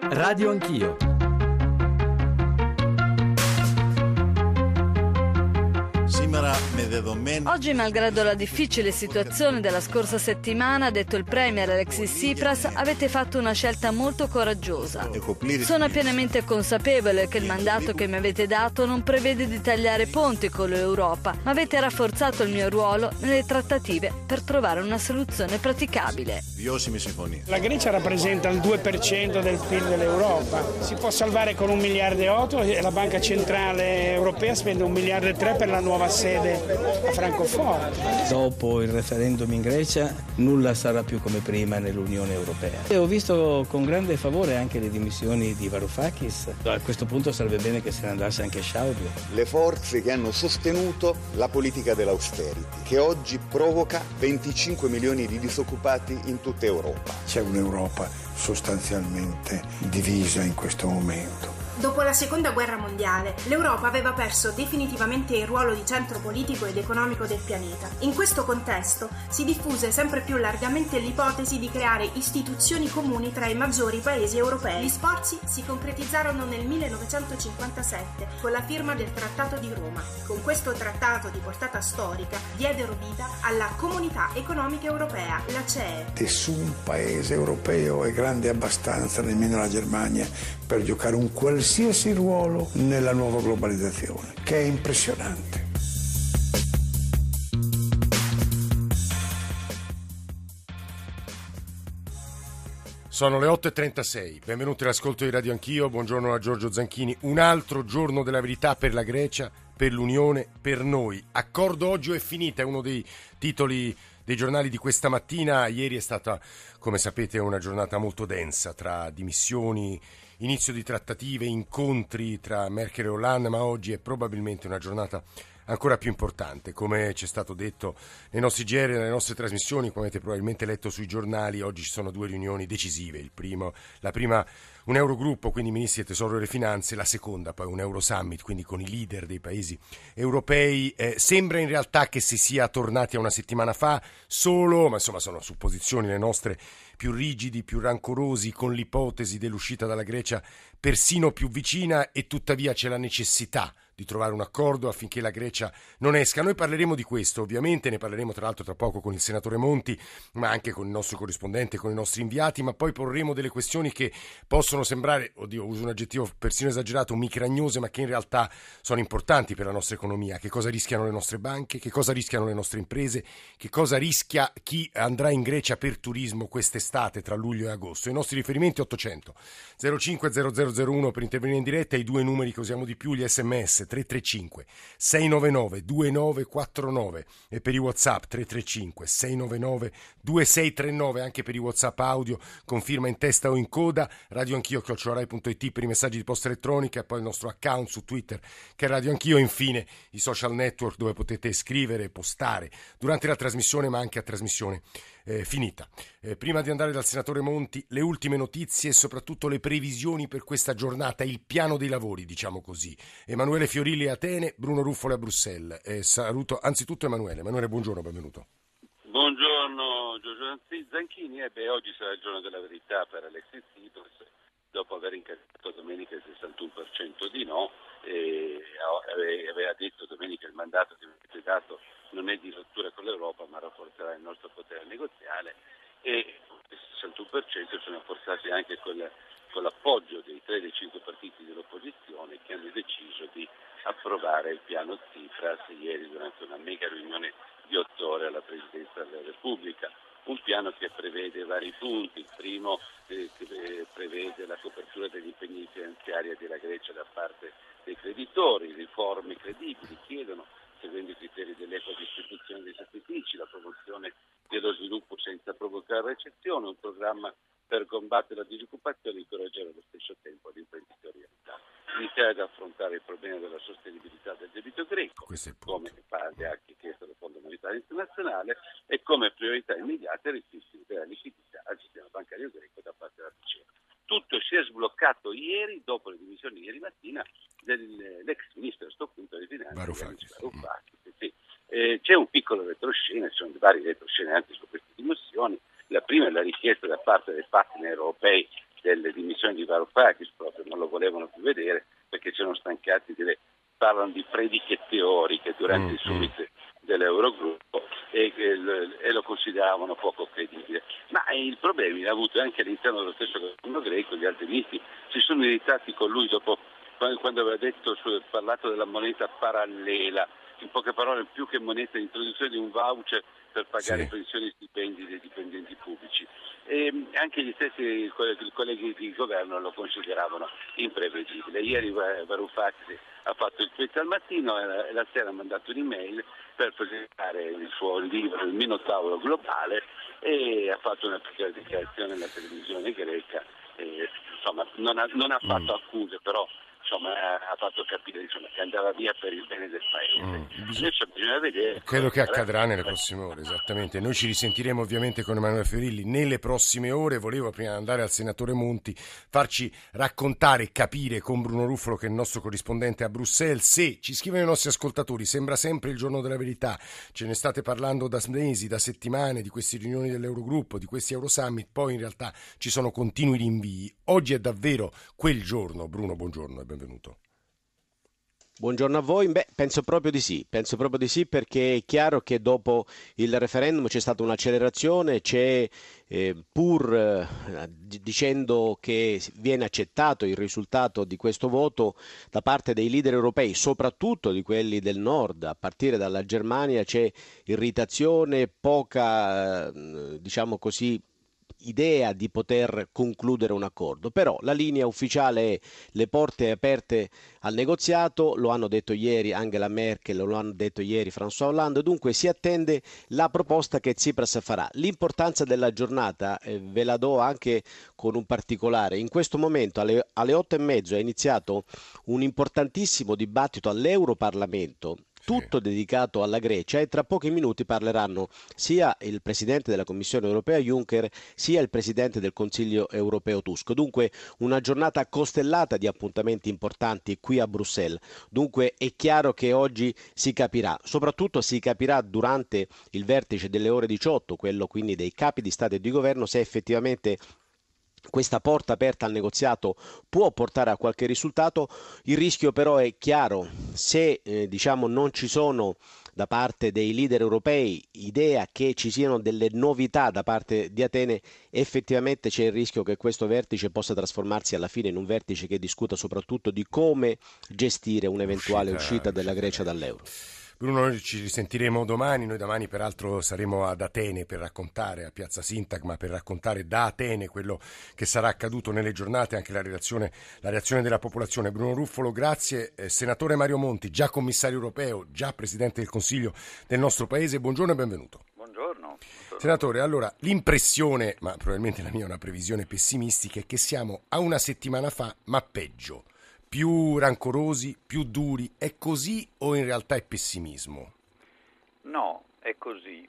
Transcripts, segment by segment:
Radio Anch'io. Oggi, malgrado la difficile situazione della scorsa settimana, ha detto il premier Alexis Tsipras, avete fatto una scelta molto coraggiosa. Sono pienamente consapevole che il mandato che mi avete dato non prevede di tagliare ponti con l'Europa, ma avete rafforzato il mio ruolo nelle trattative per trovare una soluzione praticabile. La Grecia rappresenta il 2% del PIL dell'Europa. Si può salvare con 1,8 miliardi e la Banca Centrale Europea spende 1,3 miliardi per la nuova sede a Francoforte. Dopo il referendum in Grecia nulla sarà più come prima nell'Unione Europea. E ho visto con grande favore anche le dimissioni di Varoufakis. A questo punto sarebbe bene che se ne andasse anche Schäuble. Le forze che hanno sostenuto la politica dell'austerity, che oggi provoca 25 milioni di disoccupati in tutta Europa. C'è un'Europa sostanzialmente divisa in questo momento. Dopo la Seconda Guerra Mondiale, l'Europa aveva perso definitivamente il ruolo di centro politico ed economico del pianeta. In questo contesto si diffuse sempre più largamente l'ipotesi di creare istituzioni comuni tra i maggiori paesi europei. Gli sforzi si concretizzarono nel 1957 con la firma del Trattato di Roma. Con questo trattato di portata storica diedero vita alla Comunità Economica Europea, la CEE. Nessun paese europeo è grande abbastanza, nemmeno la Germania, per giocare un qualsiasi ruolo nella nuova globalizzazione, che è impressionante. Sono le 8.36, benvenuti all'ascolto di Radio Anch'io, buongiorno a Giorgio Zanchini. Un altro giorno della verità per la Grecia, per l'Unione, per noi. Accordo oggi o è finita, è uno dei titoli dei giornali di questa mattina. Ieri è stata, come sapete, una giornata molto densa tra dimissioni, inizio di trattative, incontri tra Merkel e Hollande, ma oggi è probabilmente una giornata ancora più importante. Come ci è stato detto nei nostri GR, nelle nostre trasmissioni, come avete probabilmente letto sui giornali, oggi ci sono due riunioni decisive. La prima un Eurogruppo, quindi ministri del Tesoro e delle Finanze, la seconda poi un Eurosummit, quindi con i leader dei paesi europei. Sembra in realtà che si sia tornati a una settimana fa solo, ma insomma sono supposizioni le nostre, più rigidi, più rancorosi, con l'ipotesi dell'uscita dalla Grecia persino più vicina, e tuttavia c'è la necessità di trovare un accordo affinché la Grecia non esca. Noi parleremo di questo, ovviamente, ne parleremo tra l'altro tra poco con il senatore Monti, ma anche con il nostro corrispondente, con i nostri inviati, ma poi porremo delle questioni che possono sembrare, oddio, uso un aggettivo persino esagerato, micragnose, ma che in realtà sono importanti per la nostra economia. Che cosa rischiano le nostre banche, che cosa rischiano le nostre imprese, che cosa rischia chi andrà in Grecia per turismo quest'estate tra luglio e agosto. I nostri riferimenti 800 05 0001 per intervenire in diretta, i due numeri che usiamo di più, gli sms 335 699 2949 e per i WhatsApp 335 699 2639, anche per i WhatsApp audio con firma in testa o in coda. Radio Anch'io @rai.it per i messaggi di posta elettronica, e poi il nostro account su Twitter che è Radio Anch'io, e infine i social network dove potete scrivere e postare durante la trasmissione, ma anche a trasmissione finita. Prima di andare dal senatore Monti, le ultime notizie e soprattutto le previsioni per questa giornata, il piano dei lavori, diciamo così. Emanuele Fiorilli a Atene, Bruno Ruffoli a Bruxelles. Saluto anzitutto Emanuele. Emanuele, buongiorno, benvenuto. Buongiorno Giorgio Zanchini. Oggi sarà il giorno della verità per Alexis Tsipras, dopo aver incaricato domenica il 61% di no, e aveva detto domenica il mandato che avete dato non è di rottura con l'Europa, ma rafforzerà il nostro potere negoziale, e il 61% sono rafforzati anche con l'appoggio dei 3 dei 5 partiti dell'opposizione, che hanno deciso di approvare il piano Tsipras ieri durante una mega riunione di 8 ore alla Presidenza della Repubblica. Un piano che prevede vari punti. Il primo prevede la copertura degli impegni finanziari della Grecia da parte dei creditori, riforme credibili, chiedono, seguendo i criteri dell'equa distribuzione dei sacrifici, la promozione dello sviluppo senza provocare recessione, un programma per combattere la disoccupazione e incoraggiare allo stesso tempo l'imprenditorialità. Iniziare ad affrontare il problema della sostenibilità del debito greco, come pare anche chiesto dal Fondo Monetario Internazionale, e come priorità immediata il ripristino della liquidità al sistema bancario greco da parte della BCE. Tutto si è sbloccato ieri, dopo le dimissioni ieri mattina dell'ex ministro a questo punto delle finanze, Varoufakis. Sì. C'è un piccolo retroscena, ci sono vari retroscene anche su queste dimissioni. La prima è la richiesta da parte dei partner europei delle dimissioni di Varoufakis, proprio non lo volevano più vedere perché c'erano stancati parlano di prediche teoriche durante i summit dell'Eurogruppo e lo consideravano poco credibile. Ma il problema l'ha avuto anche all'interno dello stesso governo greco. Gli altri ministri si sono irritati con lui dopo quando aveva parlato della moneta parallela, in poche parole più che moneta, l'introduzione di un voucher per pagare pensioni e stipendi dei dipendenti pubblici. E anche gli stessi colleghi di governo lo consideravano imprevedibile. Ieri Varoufakis ha fatto il tweet al mattino e la sera ha mandato un'email per presentare il suo libro Il Minotauro globale e ha fatto una piccola dichiarazione nella televisione greca. Insomma, non ha fatto accuse, però ha fatto capire che andava via per il bene del paese. Adesso bisogna vedere. Credo che accadrà nelle prossime ore, esattamente. Noi ci risentiremo ovviamente con Emanuele Fiorilli nelle prossime ore. Volevo, prima di andare al senatore Monti, farci raccontare e capire con Bruno Ruffolo, che è il nostro corrispondente a Bruxelles, se ci scrivono i nostri ascoltatori, sembra sempre il giorno della verità, ce ne state parlando da mesi, da settimane, di queste riunioni dell'Eurogruppo, di questi Eurosummit, poi in realtà ci sono continui rinvii. Oggi è davvero quel giorno. Bruno, buongiorno e benvenuto. Buongiorno a voi. Penso proprio di sì perché è chiaro che dopo il referendum c'è stata un'accelerazione, pur dicendo che viene accettato il risultato di questo voto da parte dei leader europei, soprattutto di quelli del nord, a partire dalla Germania, c'è irritazione, poca, diciamo così, idea di poter concludere un accordo. Però la linea ufficiale è le porte aperte al negoziato, lo hanno detto ieri Angela Merkel, lo hanno detto ieri François Hollande, dunque si attende la proposta che Tsipras farà. L'importanza della giornata ve la do anche con un particolare. In questo momento alle 8:30 è iniziato un importantissimo dibattito all'Europarlamento, tutto dedicato alla Grecia, e tra pochi minuti parleranno sia il Presidente della Commissione Europea Juncker sia il Presidente del Consiglio Europeo Tusk. Dunque una giornata costellata di appuntamenti importanti qui a Bruxelles. Dunque è chiaro che oggi si capirà, soprattutto si capirà durante il vertice delle ore 18, quello quindi dei capi di Stato e di Governo, se effettivamente questa porta aperta al negoziato può portare a qualche risultato. Il rischio però è chiaro: se non ci sono da parte dei leader europei idea che ci siano delle novità da parte di Atene, effettivamente c'è il rischio che questo vertice possa trasformarsi alla fine in un vertice che discuta soprattutto di come gestire un'eventuale uscita della Grecia dall'euro. Bruno, noi ci risentiremo domani. Noi domani peraltro saremo ad Atene per raccontare, a Piazza Sintagma, per raccontare da Atene quello che sarà accaduto nelle giornate, anche la reazione della popolazione. Bruno Ruffolo, grazie. Senatore Mario Monti, già commissario europeo, già Presidente del Consiglio del nostro Paese, buongiorno e benvenuto. Buongiorno. Senatore, allora, l'impressione, ma probabilmente la mia è una previsione pessimistica, è che siamo a una settimana fa, ma peggio. Più rancorosi, più duri, è così o in realtà è pessimismo? No, è così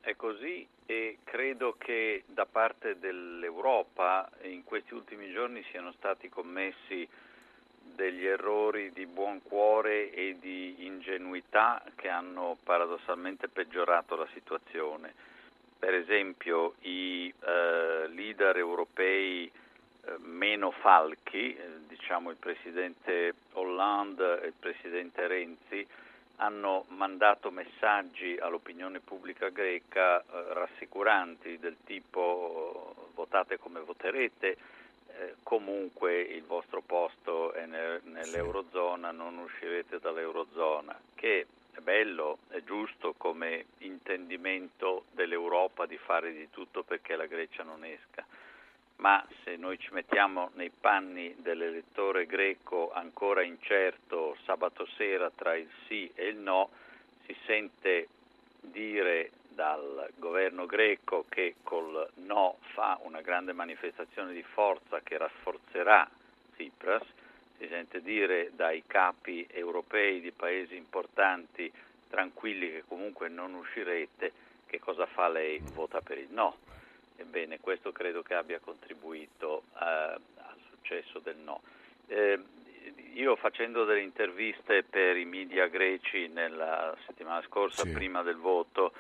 e credo che da parte dell'Europa in questi ultimi giorni siano stati commessi degli errori di buon cuore e di ingenuità che hanno paradossalmente peggiorato la situazione. Per esempio i leader europei meno falchi, diciamo il presidente Hollande e il presidente Renzi, hanno mandato messaggi all'opinione pubblica greca rassicuranti, del tipo votate come voterete, comunque il vostro posto è nell'Eurozona, non uscirete dall'Eurozona, che è bello, è giusto come intendimento dell'Europa di fare di tutto perché la Grecia non esca. Ma se noi ci mettiamo nei panni dell'elettore greco ancora incerto sabato sera tra il sì e il no, si sente dire dal governo greco che col no fa una grande manifestazione di forza che rafforzerà Tsipras, si sente dire dai capi europei di paesi importanti tranquilli che comunque non uscirete, che cosa fa lei? Vota per il no. Ebbene, questo credo che abbia contribuito al successo del no. Io, facendo delle interviste per i media greci nella settimana scorsa, prima del voto,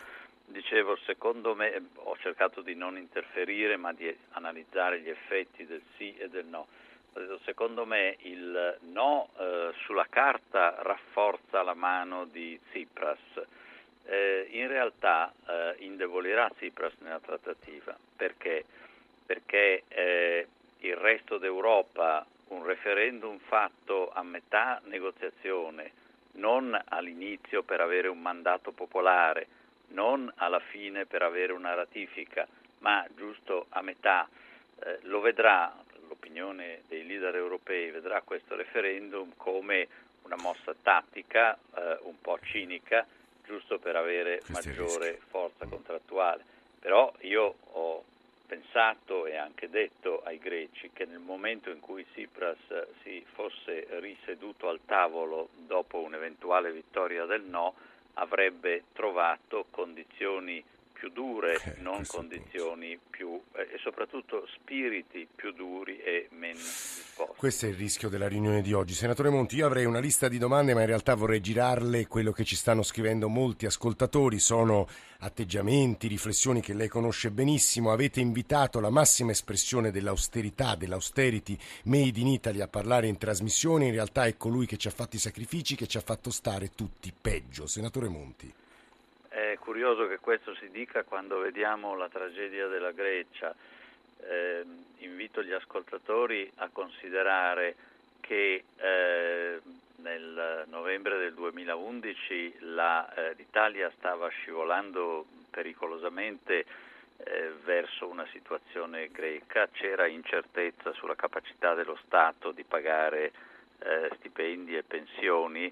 Dicevo, secondo me, ho cercato di non interferire ma di analizzare gli effetti del sì e del no. Secondo me il no sulla carta rafforza la mano di Tsipras, in realtà indebolirà Tsipras nella trattativa. Perché? Perché il resto d'Europa, un referendum fatto a metà negoziazione, non all'inizio per avere un mandato popolare, non alla fine per avere una ratifica, ma giusto a metà, lo vedrà, l'opinione dei leader europei vedrà questo referendum come una mossa tattica, un po' cinica, giusto per avere maggiore forza contrattuale. Però io ho pensato e anche detto ai greci che nel momento in cui Tsipras si fosse riseduto al tavolo dopo un'eventuale vittoria del no, avrebbe trovato condizioni più dure, non condizioni più e soprattutto spiriti più duri e meno disposti. Questo è il rischio della riunione di oggi. Senatore Monti, io avrei una lista di domande, ma in realtà vorrei girarle quello che ci stanno scrivendo molti ascoltatori. Sono atteggiamenti, riflessioni che lei conosce benissimo. Avete invitato la massima espressione dell'austerità, dell'austerity made in Italy a parlare in trasmissione. In realtà è colui che ci ha fatto i sacrifici, che ci ha fatto stare tutti peggio. Senatore Monti. È curioso che questo si dica quando vediamo la tragedia della Grecia. Invito gli ascoltatori a considerare che nel novembre del 2011 l'Italia stava scivolando pericolosamente verso una situazione greca, c'era incertezza sulla capacità dello Stato di pagare stipendi e pensioni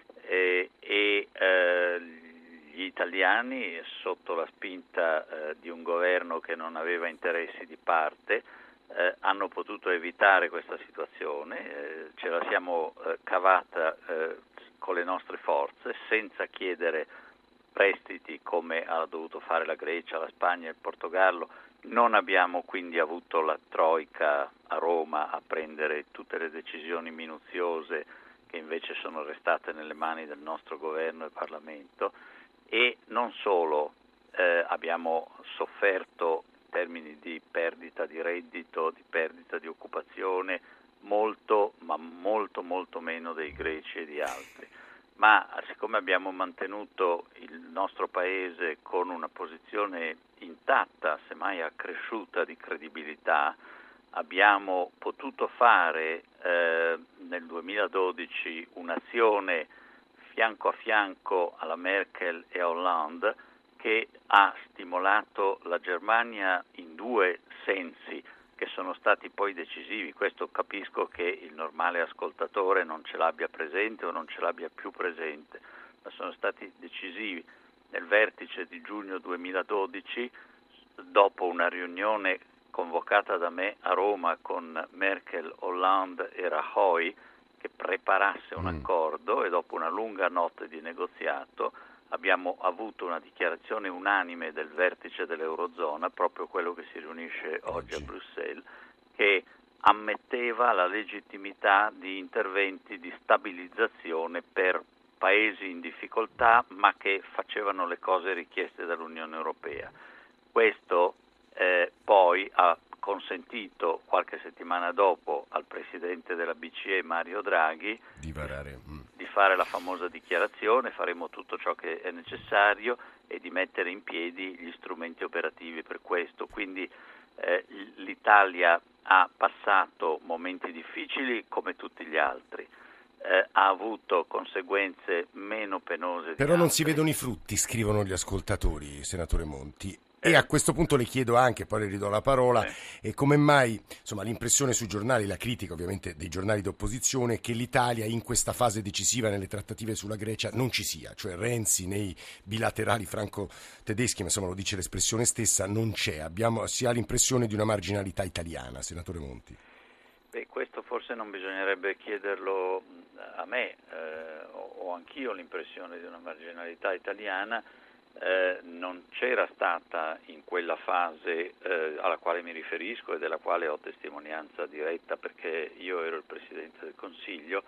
gli italiani, sotto la spinta di un governo che non aveva interessi di parte, hanno potuto evitare questa situazione, ce la siamo cavata con le nostre forze senza chiedere prestiti come ha dovuto fare la Grecia, la Spagna e il Portogallo. Non abbiamo quindi avuto la troika a Roma a prendere tutte le decisioni minuziose che invece sono restate nelle mani del nostro governo e Parlamento. E non solo, abbiamo sofferto in termini di perdita di reddito, di perdita di occupazione, molto meno dei greci e di altri. Ma siccome abbiamo mantenuto il nostro paese con una posizione intatta, semmai accresciuta di credibilità, abbiamo potuto fare nel 2012 un'azione fianco a fianco alla Merkel e a Hollande che ha stimolato la Germania in due sensi che sono stati poi decisivi. Questo capisco che il normale ascoltatore non ce l'abbia presente o non ce l'abbia più presente, ma sono stati decisivi. Nel vertice di giugno 2012, dopo una riunione convocata da me a Roma con Merkel, Hollande e Rajoy, che preparasse un accordo, e dopo una lunga notte di negoziato abbiamo avuto una dichiarazione unanime del vertice dell'Eurozona, proprio quello che si riunisce oggi a Bruxelles, che ammetteva la legittimità di interventi di stabilizzazione per paesi in difficoltà ma che facevano le cose richieste dall'Unione Europea. Questo poi ha consentito qualche settimana dopo al presidente della BCE Mario Draghi di fare la famosa dichiarazione: faremo tutto ciò che è necessario, e di mettere in piedi gli strumenti operativi per questo. Quindi l'Italia ha passato momenti difficili come tutti gli altri, ha avuto conseguenze meno penose. Però non si vedono i frutti, scrivono gli ascoltatori, senatore Monti. E a questo punto le chiedo anche, poi le ridò la parola, come mai, insomma, l'impressione sui giornali, la critica ovviamente dei giornali d'opposizione, che l'Italia in questa fase decisiva nelle trattative sulla Grecia non ci sia, cioè Renzi nei bilaterali franco-tedeschi, ma insomma lo dice l'espressione stessa, non c'è, si ha l'impressione di una marginalità italiana, senatore Monti. Questo forse non bisognerebbe chiederlo a me, ho anch'io l'impressione di una marginalità italiana. Non c'era stata in quella fase alla quale mi riferisco e della quale ho testimonianza diretta, perché io ero il Presidente del Consiglio,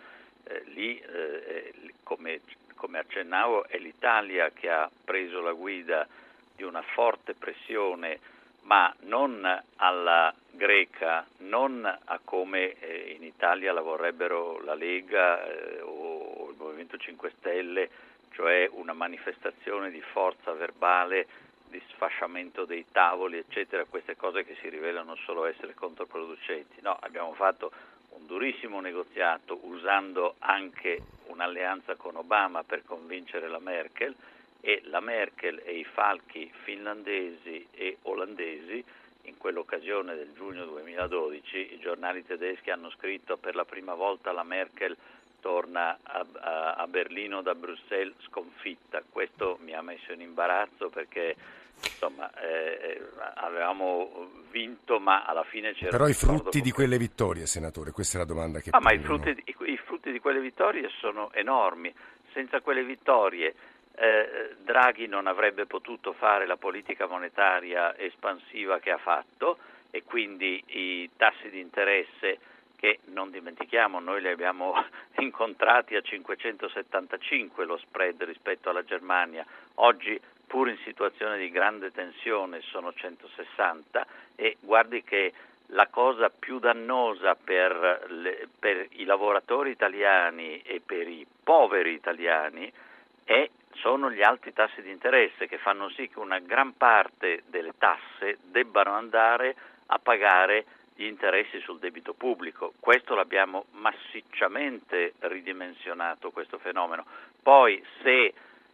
come accennavo è l'Italia che ha preso la guida di una forte pressione, ma non alla greca, non a come in Italia la vorrebbero la Lega o il Movimento 5 Stelle, cioè una manifestazione di forza verbale, di sfasciamento dei tavoli, eccetera, queste cose che si rivelano solo essere controproducenti. No, abbiamo fatto un durissimo negoziato usando anche un'alleanza con Obama per convincere la Merkel, e la Merkel e i falchi finlandesi e olandesi, in quell'occasione del giugno 2012, i giornali tedeschi hanno scritto: per la prima volta la Merkel torna a Berlino da Bruxelles sconfitta. Questo mi ha messo in imbarazzo perché insomma avevamo vinto, ma alla fine c'era... Però i frutti di quelle vittorie, senatore, questa è la domanda che... ma i frutti di quelle vittorie sono enormi. Senza quelle vittorie Draghi non avrebbe potuto fare la politica monetaria espansiva che ha fatto, e quindi i tassi di interesse, che non dimentichiamo, noi li abbiamo incontrati a 575 lo spread rispetto alla Germania, oggi pur in situazione di grande tensione sono 160, e guardi che la cosa più dannosa per i lavoratori italiani e per i poveri italiani sono gli alti tassi di interesse, che fanno sì che una gran parte delle tasse debbano andare a pagare gli interessi sul debito pubblico. Questo l'abbiamo massicciamente ridimensionato, questo fenomeno. Poi se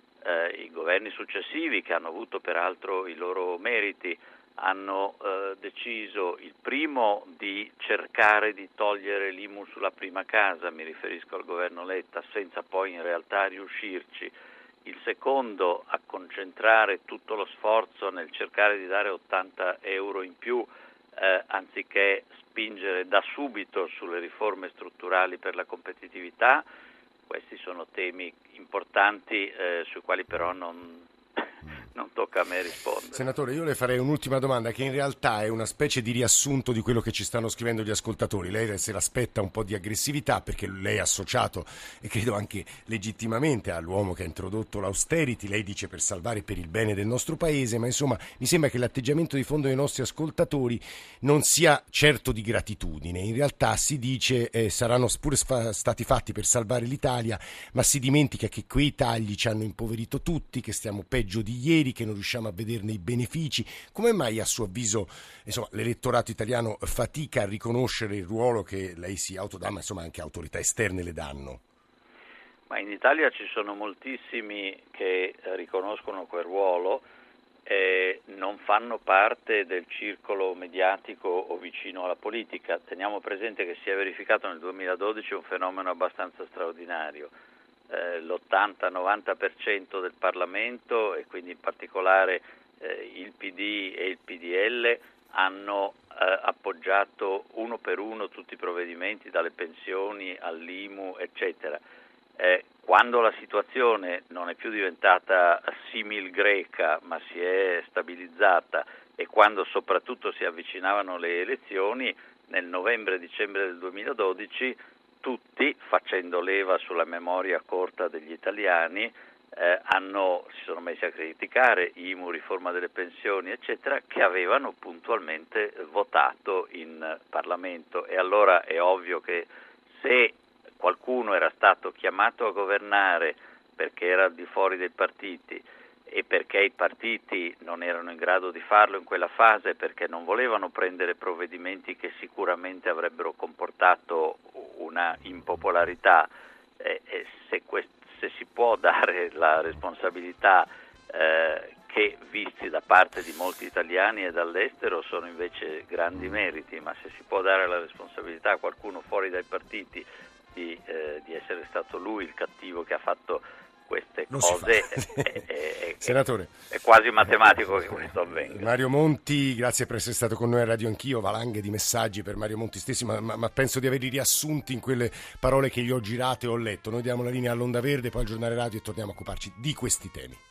i governi successivi, che hanno avuto peraltro i loro meriti, hanno deciso il primo di cercare di togliere l'IMU sulla prima casa, mi riferisco al governo Letta, senza poi in realtà riuscirci, il secondo a concentrare tutto lo sforzo nel cercare di dare 80 euro in più, anziché spingere da subito sulle riforme strutturali per la competitività. Questi sono temi importanti sui quali però non tocca a me rispondere. Senatore, io le farei un'ultima domanda, che in realtà è una specie di riassunto di quello che ci stanno scrivendo gli ascoltatori. Lei se l'aspetta un po' di aggressività, perché lei è associato, e credo anche legittimamente, all'uomo che ha introdotto l'austerity. Lei dice per salvare, per il bene del nostro paese, ma insomma mi sembra che l'atteggiamento di fondo dei nostri ascoltatori non sia certo di gratitudine. In realtà si dice saranno pure stati fatti per salvare l'Italia, ma si dimentica che quei tagli ci hanno impoverito tutti, che stiamo peggio di ieri, che non riusciamo a vederne i benefici. Come mai a suo avviso l'elettorato italiano fatica a riconoscere il ruolo che lei si autodà, ma insomma anche autorità esterne le danno? Ma in Italia ci sono moltissimi che riconoscono quel ruolo e non fanno parte del circolo mediatico o vicino alla politica. Teniamo presente che si è verificato nel 2012 un fenomeno abbastanza straordinario. L'80-90% del Parlamento, e quindi in particolare il PD e il PDL, hanno appoggiato uno per uno tutti i provvedimenti, dalle pensioni all'IMU, eccetera. Quando la situazione non è più diventata simil greca, ma si è stabilizzata, e quando soprattutto si avvicinavano le elezioni, nel novembre-dicembre del 2012, tutti, facendo leva sulla memoria corta degli italiani, si sono messi a criticare IMU, riforma delle pensioni, eccetera, che avevano puntualmente votato in Parlamento. E allora è ovvio che se qualcuno era stato chiamato a governare perché era al di fuori dei partiti, e perché i partiti non erano in grado di farlo in quella fase, perché non volevano prendere provvedimenti che sicuramente avrebbero comportato una impopolarità, se si può dare la responsabilità che, visti da parte di molti italiani e dall'estero, sono invece grandi meriti, ma se si può dare la responsabilità a qualcuno fuori dai partiti di essere stato lui il cattivo che ha fatto queste cose, Senatore, è quasi matematico che questo avvenga. Mario Monti, grazie per essere stato con noi a Radio Anch'io. Valanghe di messaggi per Mario Monti stessi, ma penso di averli riassunti in quelle parole che gli ho girate e ho letto. Noi diamo la linea all'Onda Verde, poi al Giornale Radio, e torniamo a occuparci di questi temi.